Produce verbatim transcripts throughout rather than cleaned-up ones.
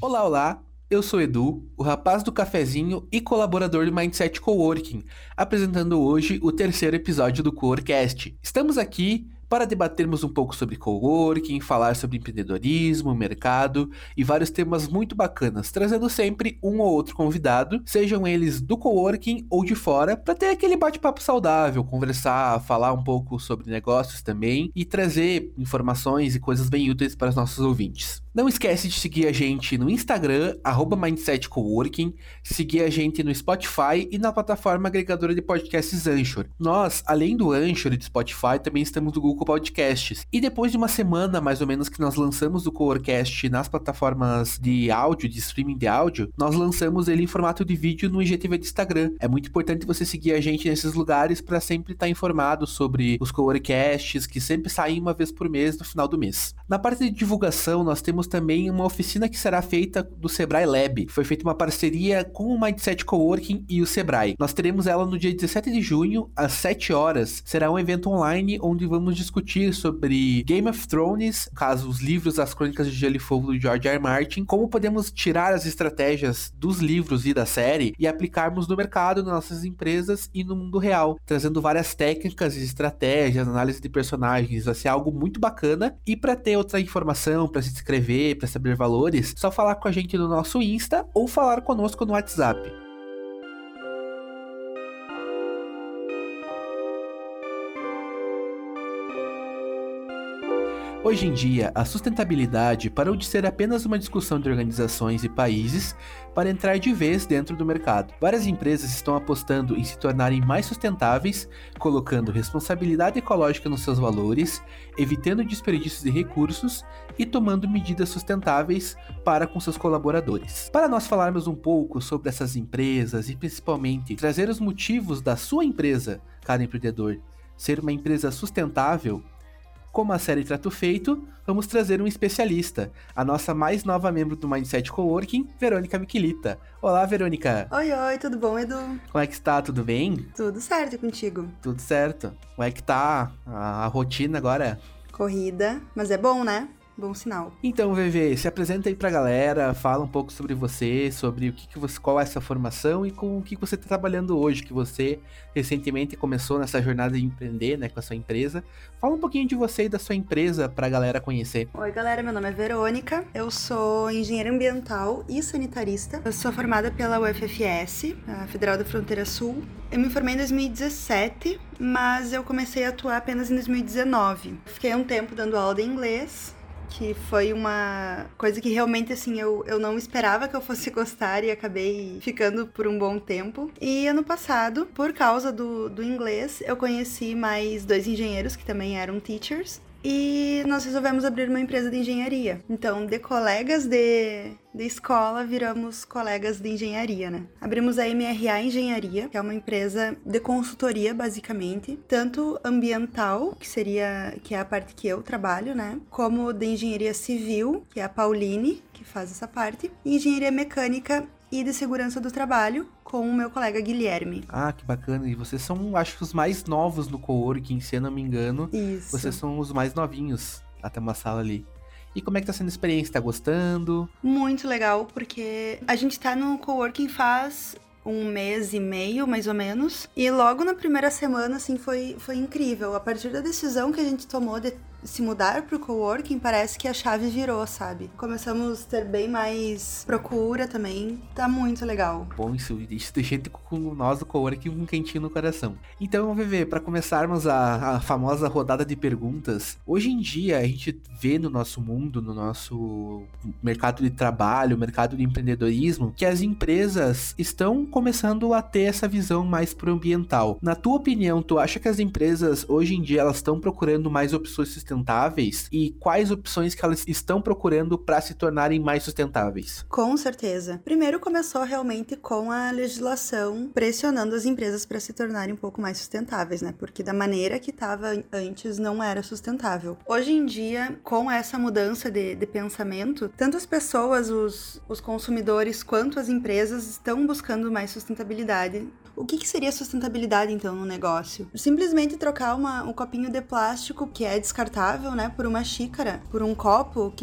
Olá, olá! Eu sou Edu, o rapaz do cafezinho e colaborador do Mindset Coworking, apresentando hoje o terceiro episódio do Coworkcast. Estamos aqui para debatermos um pouco sobre coworking, falar sobre empreendedorismo, mercado e vários temas muito bacanas, trazendo sempre um ou outro convidado, sejam eles do coworking ou de fora, para ter aquele bate-papo saudável, conversar, falar um pouco sobre negócios também e trazer informações e coisas bem úteis para os nossos ouvintes. Não esquece de seguir a gente no Instagram, arroba Mindset Coworking, seguir a gente no Spotify e na plataforma agregadora de podcasts Anchor. Nós, além do Anchor e do Spotify, também estamos no Google Podcasts. E depois de uma semana, mais ou menos, que nós lançamos o Coworkcast nas plataformas de áudio, de streaming de áudio, nós lançamos ele em formato de vídeo no I G T V do Instagram. É muito importante você seguir a gente nesses lugares para sempre estar informado sobre os Coworkcasts, que sempre saem uma vez por mês no final do mês. Na parte de divulgação, nós temos também uma oficina que será feita do Sebrae Lab. Foi feita uma parceria com o Mindset Coworking e o Sebrae. Nós teremos ela no dia dezessete de junho, às sete horas. Será um evento online onde vamos discutir sobre Game of Thrones, caso os livros, as crônicas de Gelo e Fogo do George R. R. Martin, como podemos tirar as estratégias dos livros e da série e aplicarmos no mercado, nas nossas empresas e no mundo real, trazendo várias técnicas e estratégias, análise de personagens. Vai ser algo muito bacana. E para ter outra informação, para se inscrever, para saber valores, só falar com a gente no nosso Insta ou falar conosco no WhatsApp. Hoje em dia, a sustentabilidade parou de ser apenas uma discussão de organizações e países para entrar de vez dentro do mercado. Várias empresas estão apostando em se tornarem mais sustentáveis, colocando responsabilidade ecológica nos seus valores, evitando desperdícios de recursos e tomando medidas sustentáveis para com seus colaboradores. Para nós falarmos um pouco sobre essas empresas e principalmente trazer os motivos da sua empresa, cada empreendedor, ser uma empresa sustentável, como a série Trato Feito, vamos trazer um especialista, a nossa mais nova membro do Mindset Coworking, Verônica Miquelita. Olá, Verônica! Oi, oi, tudo bom, Edu? Como é que está? Tudo bem? Tudo certo contigo? Tudo certo. Como é que tá a, a rotina agora? Corrida, mas é bom, né? Bom sinal. Então, V V, se apresenta aí pra galera, fala um pouco sobre você, sobre o que, que você, qual é a sua formação e com o que você está trabalhando hoje, que você recentemente começou nessa jornada de empreender, né, com a sua empresa. Fala um pouquinho de você e da sua empresa pra galera conhecer. Oi, galera, meu nome é Verônica, eu sou engenheira ambiental e sanitarista. Eu sou formada pela U F F S, a Federal da Fronteira Sul. Eu me formei em dois mil e dezessete, mas eu comecei a atuar apenas em dois mil e dezenove. Fiquei um tempo dando aula de inglês, que foi uma coisa que realmente, assim, eu, eu não esperava que eu fosse gostar e acabei ficando por um bom tempo. E ano passado, por causa do, do inglês, eu conheci mais dois engenheiros que também eram teachers. E nós resolvemos abrir uma empresa de engenharia. Então, de colegas de, de escola, viramos colegas de engenharia, né? Abrimos a M R A Engenharia, que é uma empresa de consultoria, basicamente. Tanto ambiental, que seria que é a parte que eu trabalho, né? Como de engenharia civil, que é a Pauline, que faz essa parte. E engenharia mecânica e de segurança do trabalho, com o meu colega Guilherme. Ah, que bacana. E vocês são, acho que, os mais novos no coworking, se eu não me engano. Isso. Vocês são os mais novinhos até uma sala ali. E como é que tá sendo a experiência? Tá gostando? Muito legal, porque a gente tá no coworking faz um mês e meio, mais ou menos. E logo na primeira semana, assim, foi, foi incrível. A partir da decisão que a gente tomou de se mudar pro coworking, parece que a chave virou, sabe? Começamos a ter bem mais procura também. Tá muito legal. Bom, isso, isso deixa com nós do coworking um quentinho no coração. Então, V V, para começarmos a, a famosa rodada de perguntas, hoje em dia a gente vê no nosso mundo, no nosso mercado de trabalho, mercado de empreendedorismo, que as empresas estão começando a ter essa visão mais pro ambiental. Na tua opinião, tu acha que as empresas hoje em dia elas estão procurando mais opções sustentáveis e quais opções que elas estão procurando para se tornarem mais sustentáveis? Com certeza. Primeiro começou realmente com a legislação pressionando as empresas para se tornarem um pouco mais sustentáveis, né? Porque da maneira que estava antes não era sustentável. Hoje em dia, com essa mudança de, de pensamento, tanto as pessoas, os, os consumidores, quanto as empresas estão buscando mais sustentabilidade. O que, que seria sustentabilidade, então, no negócio? Simplesmente trocar uma, um copinho de plástico que é descartável, né, por uma xícara, por um copo que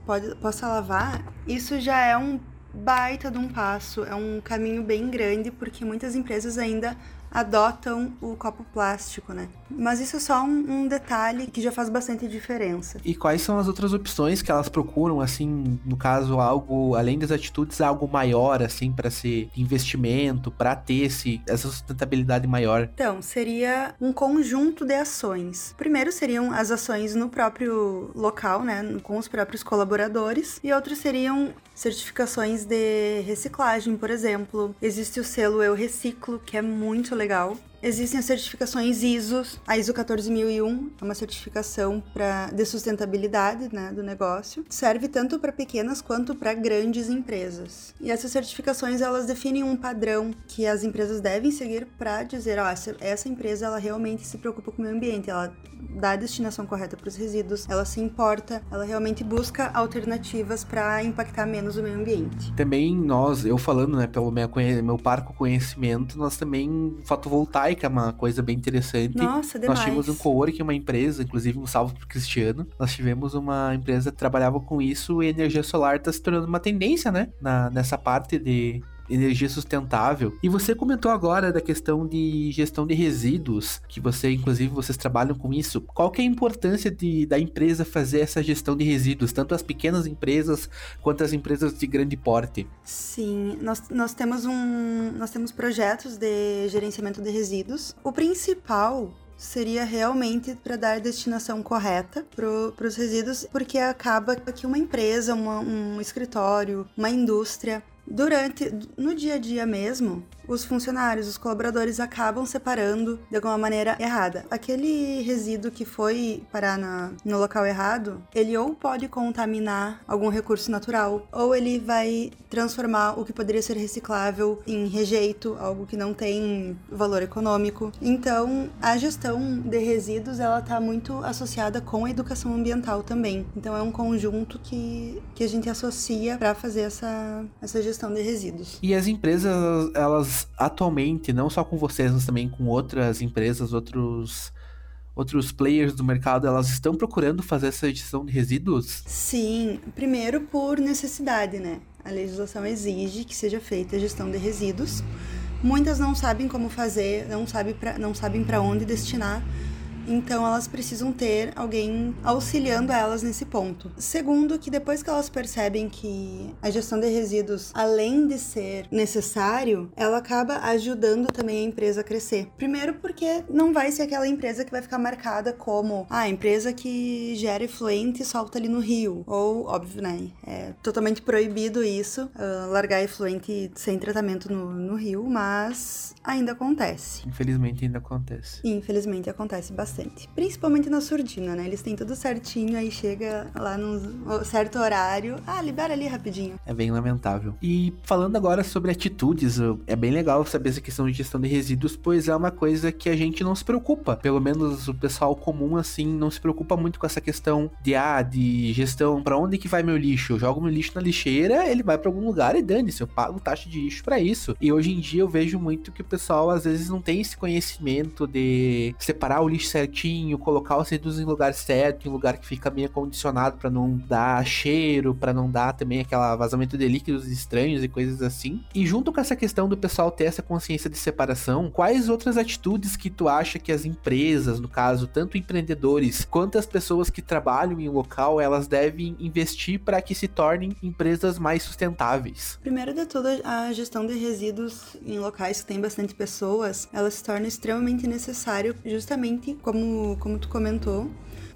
pode, possa lavar, isso já é um baita de um passo, é um caminho bem grande, porque muitas empresas ainda adotam o copo plástico, né? Mas isso é só um, um detalhe que já faz bastante diferença. E quais são as outras opções que elas procuram, assim, no caso, algo, além das atitudes, algo maior, assim, para ser investimento, para ter esse, essa sustentabilidade maior? Então, seria um conjunto de ações. Primeiro seriam as ações no próprio local, né, com os próprios colaboradores, e outros seriam certificações de reciclagem, por exemplo. Existe o selo Eu Reciclo, que é muito legal. Existem as certificações I S O, a I S O quatorze mil e um é uma certificação pra, de sustentabilidade, né, do negócio. Serve tanto para pequenas quanto para grandes empresas. E essas certificações, elas definem um padrão que as empresas devem seguir para dizer, ó, essa, essa empresa ela realmente se preocupa com o meio ambiente, ela dá a destinação correta para os resíduos, ela se importa, ela realmente busca alternativas para impactar menos o meio ambiente. Também nós, eu falando, né, pelo meu, meu parco conhecimento, nós também, fotovoltaica é uma coisa bem interessante. Nossa, demais. Nós tínhamos um coworking, uma empresa, inclusive um salve pro Cristiano, nós tivemos uma empresa que trabalhava com isso e energia solar tá se tornando uma tendência, né, na, nessa parte de energia sustentável. E você comentou agora da questão de gestão de resíduos, que você, inclusive, vocês trabalham com isso. Qual que é a importância de, da empresa fazer essa gestão de resíduos, tanto as pequenas empresas quanto as empresas de grande porte? Sim, nós, nós temos um, nós temos projetos de gerenciamento de resíduos. O principal seria realmente para dar a destinação correta para os resíduos, porque acaba que uma empresa, uma, um escritório, uma indústria, durante, no dia a dia mesmo, os funcionários, os colaboradores acabam separando de alguma maneira errada. Aquele resíduo que foi parar na, no local errado, ele ou pode contaminar algum recurso natural, ou ele vai transformar o que poderia ser reciclável em rejeito, algo que não tem valor econômico. Então, a gestão de resíduos, ela está muito associada com a educação ambiental também. Então, é um conjunto que, que a gente associa para fazer essa, essa gestão de resíduos. E as empresas, elas atualmente, não só com vocês, mas também com outras empresas, outros, outros players do mercado, elas estão procurando fazer essa gestão de resíduos? Sim, primeiro por necessidade, né? A legislação exige que seja feita a gestão de resíduos. Muitas não sabem como fazer, não sabem pra, não sabem para onde destinar. Então, elas precisam ter alguém auxiliando elas nesse ponto. Segundo, que depois que elas percebem que a gestão de resíduos, além de ser necessário, ela acaba ajudando também a empresa a crescer. Primeiro, porque não vai ser aquela empresa que vai ficar marcada como ah, a empresa que gera efluente e solta ali no rio. Ou, óbvio, né? É totalmente proibido isso, uh, largar efluente sem tratamento no, no rio, mas ainda acontece. Infelizmente, ainda acontece. Infelizmente, acontece bastante. Principalmente na surdina, né? Eles têm tudo certinho, aí chega lá num certo horário, ah, libera ali rapidinho. É bem lamentável. E falando agora sobre atitudes, é bem legal saber essa questão de gestão de resíduos, pois é uma coisa que a gente não se preocupa. Pelo menos o pessoal comum, assim, não se preocupa muito com essa questão de, ah, de gestão, pra onde que vai meu lixo? Eu jogo meu lixo na lixeira, ele vai pra algum lugar e dane-se, eu pago taxa de lixo pra isso. E hoje em dia eu vejo muito que o pessoal, às vezes, não tem esse conhecimento de separar o lixo certinho, colocar os resíduos em lugar certo, em lugar que fica bem acondicionado para não dar cheiro, para não dar também aquela vazamento de líquidos estranhos e coisas assim. E junto com essa questão do pessoal ter essa consciência de separação, quais outras atitudes que tu acha que as empresas, no caso, tanto empreendedores quanto as pessoas que trabalham em um local, elas devem investir para que se tornem empresas mais sustentáveis? Primeiro de tudo, a gestão de resíduos em locais que tem bastante pessoas, ela se torna extremamente necessário, justamente como Como, como tu comentou,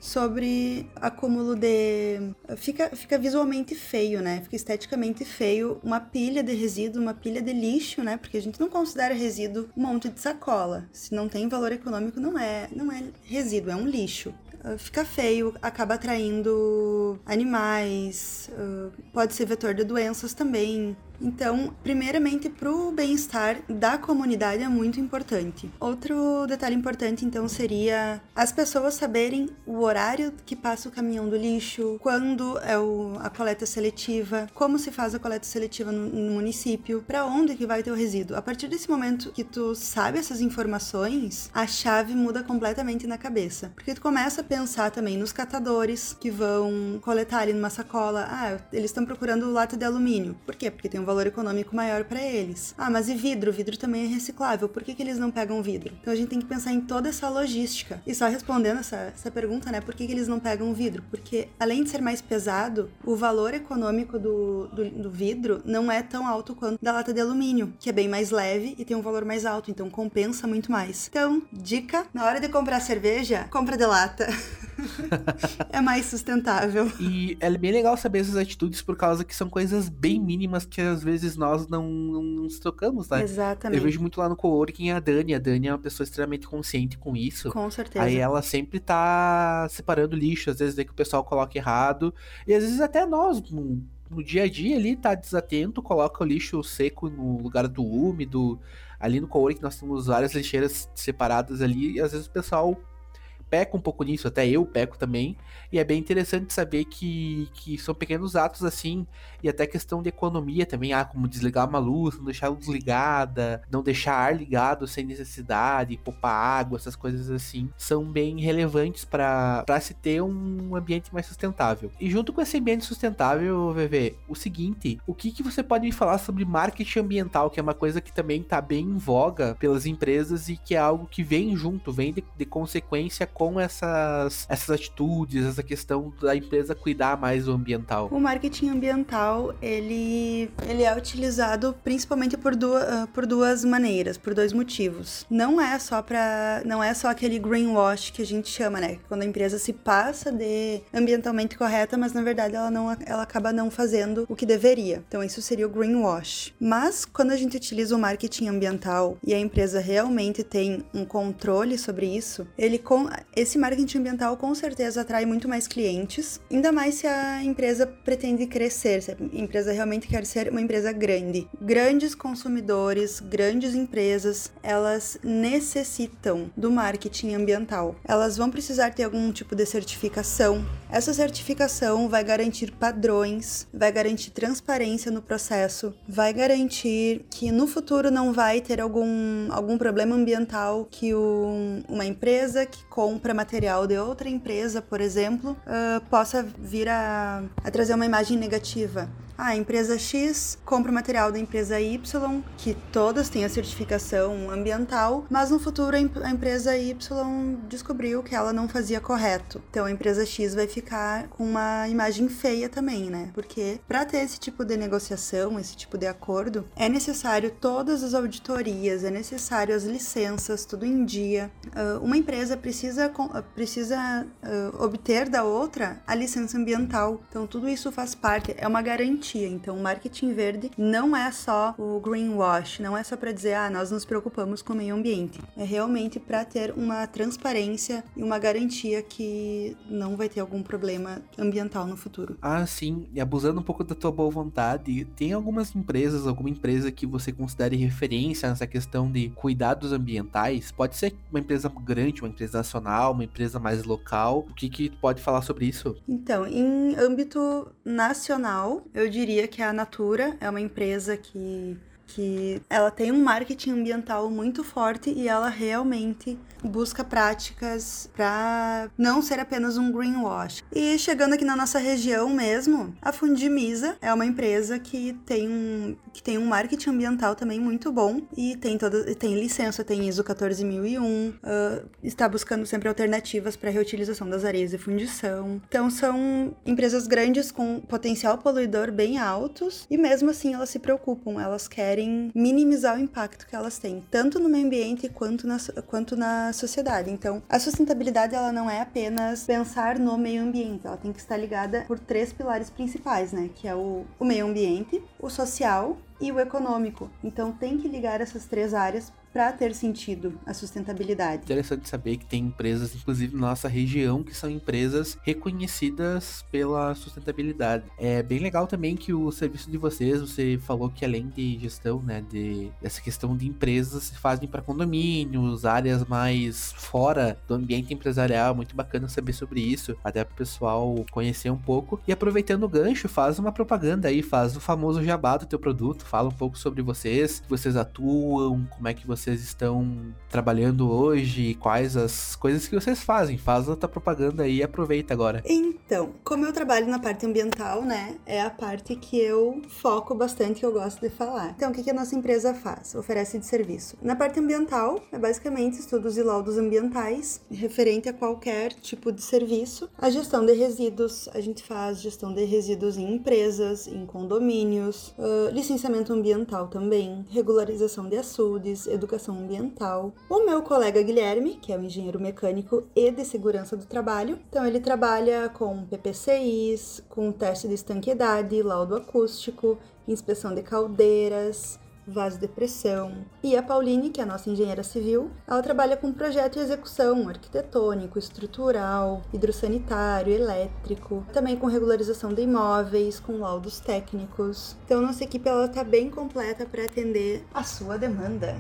sobre acúmulo de... Fica, fica visualmente feio, né? Fica esteticamente feio uma pilha de resíduo, uma pilha de lixo, né? Porque a gente não considera resíduo um monte de sacola. Se não tem valor econômico, não é, não é resíduo, é um lixo. Fica feio, acaba atraindo animais, pode ser vetor de doenças também. Então, primeiramente, para o bem-estar da comunidade é muito importante. Outro detalhe importante, então, seria as pessoas saberem o horário que passa o caminhão do lixo, quando é o, a coleta seletiva, como se faz a coleta seletiva no, no município, para onde que vai ter o resíduo. A partir desse momento que tu sabe essas informações, a chave muda completamente na cabeça. Porque tu começa a pensar também nos catadores que vão coletar ali numa sacola. Ah, eles estão procurando lata de alumínio. Por quê? Porque tem um valor econômico maior para eles. Ah, mas e vidro? Vidro também é reciclável. Por que que eles não pegam vidro? Então a gente tem que pensar em toda essa logística. E só respondendo essa, essa pergunta, né? Por que que eles não pegam vidro? Porque além de ser mais pesado, o valor econômico do, do, do vidro não é tão alto quanto da lata de alumínio, que é bem mais leve e tem um valor mais alto, então compensa muito mais. Então, dica, na hora de comprar cerveja, compra de lata. É mais sustentável. E é bem legal saber essas atitudes por causa que são coisas bem mínimas que às vezes nós não, não nos tocamos, né? Exatamente. Eu vejo muito lá no coworking a Dani. A Dani é uma pessoa extremamente consciente com isso. Com certeza. Aí ela sempre tá separando lixo, às vezes vê que o pessoal coloca errado. E às vezes até nós, no, no dia a dia ali, tá desatento, coloca o lixo seco no lugar do úmido. Ali no coworking nós temos várias lixeiras separadas ali e às vezes o pessoal peca um pouco nisso, até eu peco também, e é bem interessante saber que, que são pequenos atos assim, e até questão de economia também, ah, como desligar uma luz, não deixar a luz ligada, não deixar ar ligado sem necessidade, poupar água, essas coisas assim, são bem relevantes para se ter um ambiente mais sustentável. E junto com esse ambiente sustentável, V V, o seguinte, o que, que você pode me falar sobre marketing ambiental, que é uma coisa que também está bem em voga pelas empresas e que é algo que vem junto, vem de, de consequência com essas, essas atitudes, essa questão da empresa cuidar mais do ambiental? O marketing ambiental, ele, ele é utilizado principalmente por duas, por duas maneiras, por dois motivos. Não é só para, não é só aquele greenwash que a gente chama, né? Quando a empresa se passa de ambientalmente correta, mas na verdade ela, não, ela acaba não fazendo o que deveria. Então isso seria o greenwash. Mas quando a gente utiliza o marketing ambiental e a empresa realmente tem um controle sobre isso, ele com esse marketing ambiental com certeza atrai muito mais clientes, ainda mais se a empresa pretende crescer, se a empresa realmente quer ser uma empresa grande. Grandes consumidores, grandes empresas, elas necessitam do marketing ambiental. Elas vão precisar ter algum tipo de certificação. Essa certificação vai garantir padrões, vai garantir transparência no processo, vai garantir que no futuro não vai ter algum, algum problema ambiental que o, uma empresa que compra material de outra empresa, por exemplo, uh, possa vir a, a trazer uma imagem negativa. Ah, a empresa X compra o material da empresa Y, que todas têm a certificação ambiental, mas no futuro a empresa Y descobriu que ela não fazia correto. Então a empresa X vai ficar com uma imagem feia também, né? Porque para ter esse tipo de negociação, esse tipo de acordo, é necessário todas as auditorias, é necessário as licenças, tudo em dia. Uh, uma empresa precisa, precisa uh, obter da outra a licença ambiental. Então tudo isso faz parte, é uma garantia. Então, o marketing verde não é só o greenwash, não é só para dizer, ah, nós nos preocupamos com o meio ambiente. É realmente para ter uma transparência e uma garantia que não vai ter algum problema ambiental no futuro. Ah, sim. E abusando um pouco da tua boa vontade, tem algumas empresas, alguma empresa que você considere referência nessa questão de cuidados ambientais? Pode ser uma empresa grande, uma empresa nacional, uma empresa mais local. O que que tu pode falar sobre isso? Então, em âmbito nacional, eu diria que a Natura é uma empresa que, que ela tem um marketing ambiental muito forte e ela realmente busca práticas para não ser apenas um greenwash. E chegando aqui na nossa região mesmo, a Fundimisa é uma empresa que tem um, que tem um marketing ambiental também muito bom e tem, toda, tem licença, tem I S O quatorze mil e um, uh, está buscando sempre alternativas para reutilização das areias de fundição. Então são empresas grandes com potencial poluidor bem altos e mesmo assim elas se preocupam, elas querem minimizar o impacto que elas têm, tanto no meio ambiente quanto na, quanto na sociedade. Então, a sustentabilidade ela não é apenas pensar no meio ambiente, ela tem que estar ligada por três pilares principais, né? Que é o, o meio ambiente, o social e o econômico. Então, tem que ligar essas três áreas para ter sentido a sustentabilidade. Interessante saber que tem empresas, inclusive na nossa região, que são empresas reconhecidas pela sustentabilidade. É bem legal também que o serviço de vocês, você falou que além de gestão, né, de, dessa questão de empresas, se fazem para condomínios, áreas mais fora do ambiente empresarial. Muito bacana saber sobre isso, até para o pessoal conhecer um pouco. E aproveitando o gancho, faz uma propaganda aí, faz o famoso jabá do teu produto, fala um pouco sobre vocês, que vocês atuam, como é que vocês estão trabalhando hoje, quais as coisas que vocês fazem. Faz a tua propaganda aí e aproveita agora. Então, como eu trabalho na parte ambiental, né, é a parte que eu foco bastante, que eu gosto de falar. Então, o que que a nossa empresa faz? Oferece de serviço. Na parte ambiental, é basicamente estudos e laudos ambientais, referente a qualquer tipo de serviço. A gestão de resíduos, a gente faz gestão de resíduos em empresas, em condomínios, uh, licenciamento ambiental também, regularização de açudes, educação ambiental. O meu colega Guilherme, que é o engenheiro mecânico e de segurança do trabalho, então ele trabalha com P P C Is, com teste de estanqueidade, laudo acústico, inspeção de caldeiras, vaso de pressão. E a Pauline, que é a nossa engenheira civil, ela trabalha com projeto e execução arquitetônico, estrutural, hidrossanitário, elétrico, também com regularização de imóveis, com laudos técnicos. Então, nossa equipe ela está bem completa para atender a sua demanda.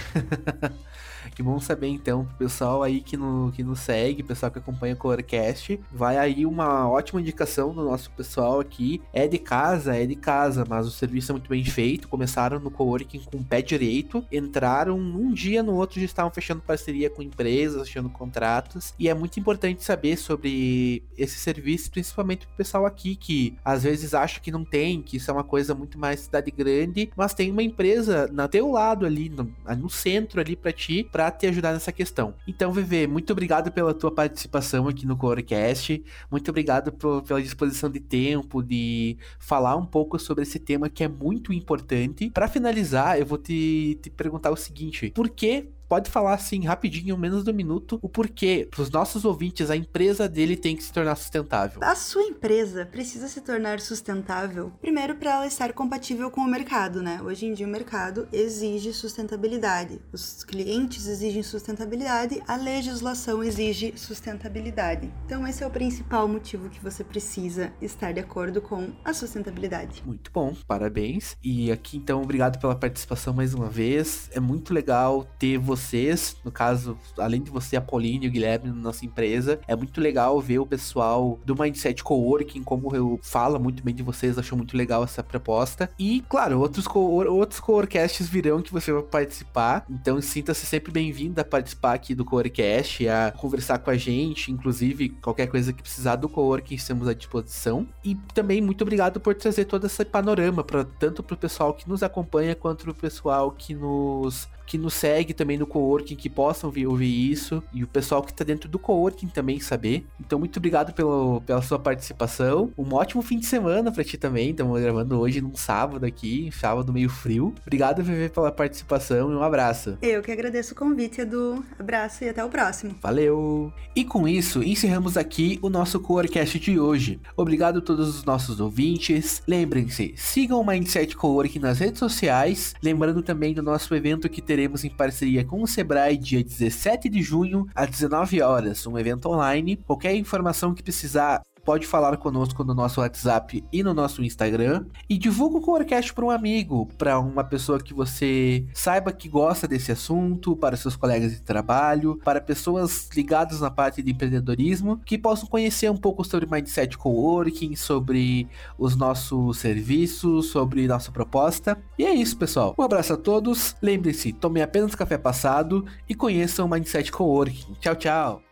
Que bom saber, então, pro pessoal aí que, no, que nos segue, pessoal que acompanha o Coworkast, vai aí uma ótima indicação do nosso pessoal aqui. É de casa, é de casa, mas o serviço é muito bem feito. Começaram no Coworking com o pé direito, entraram um dia, no outro já estavam fechando parceria com empresas, fechando contratos, e é muito importante saber sobre esse serviço, principalmente pro pessoal aqui que às vezes acha que não tem, que isso é uma coisa muito mais cidade grande, mas tem uma empresa no teu lado ali, no, no centro ali pra ti, pra te ajudar nessa questão. Então, Vivê, muito obrigado pela tua participação aqui no Coworkast, muito obrigado por, pela disposição de tempo, de falar um pouco sobre esse tema que é muito importante. Para finalizar, eu vou te, te perguntar o seguinte: por que pode falar assim, rapidinho, menos de um minuto, o porquê, para os nossos ouvintes, a empresa dele tem que se tornar sustentável. A sua empresa precisa se tornar sustentável, primeiro para ela estar compatível com o mercado, né? Hoje em dia o mercado exige sustentabilidade, os clientes exigem sustentabilidade, a legislação exige sustentabilidade. Então esse é o principal motivo que você precisa estar de acordo com a sustentabilidade. Muito bom, parabéns. E aqui então, obrigado pela participação mais uma vez. É muito legal ter você vocês, no caso, além de você, a Pauline e o Guilherme na nossa empresa, é muito legal ver o pessoal do Mindset Coworking, como eu falo muito bem de vocês, acho muito legal essa proposta. E, claro, outros, co outros Coworkasts virão que você vai participar, então sinta-se sempre bem-vindo a participar aqui do Coworkast, a conversar com a gente, inclusive qualquer coisa que precisar do Coworking, estamos à disposição. E também muito obrigado por trazer todo esse panorama, pra, tanto para o pessoal que nos acompanha, quanto para o pessoal que nos... que nos segue também no Coworking, que possam vir ouvir isso, e o pessoal que tá dentro do Coworking também saber. Então, muito obrigado pelo, pela sua participação. Um ótimo fim de semana pra ti também. Estamos gravando hoje num sábado aqui, um sábado meio frio. Obrigado, Vivi, pela participação e um abraço. Eu que agradeço o convite, Edu. Abraço e até o próximo. Valeu! E com isso, encerramos aqui o nosso Coworkast de hoje. Obrigado a todos os nossos ouvintes. Lembrem-se, sigam o Mindset Coworking nas redes sociais. Lembrando também do nosso evento que teremos em parceria com o Sebrae, dia dezessete de junho, às dezenove horas, um evento online. Qualquer informação que precisar, pode falar conosco no nosso WhatsApp e no nosso Instagram. E divulga o Coworkast para um amigo, para uma pessoa que você saiba que gosta desse assunto, para seus colegas de trabalho, para pessoas ligadas na parte de empreendedorismo, que possam conhecer um pouco sobre Mindset Coworking, sobre os nossos serviços, sobre nossa proposta. E é isso, pessoal. Um abraço a todos. Lembre-se, tomem apenas café passado e conheçam o Mindset Coworking. Tchau, tchau!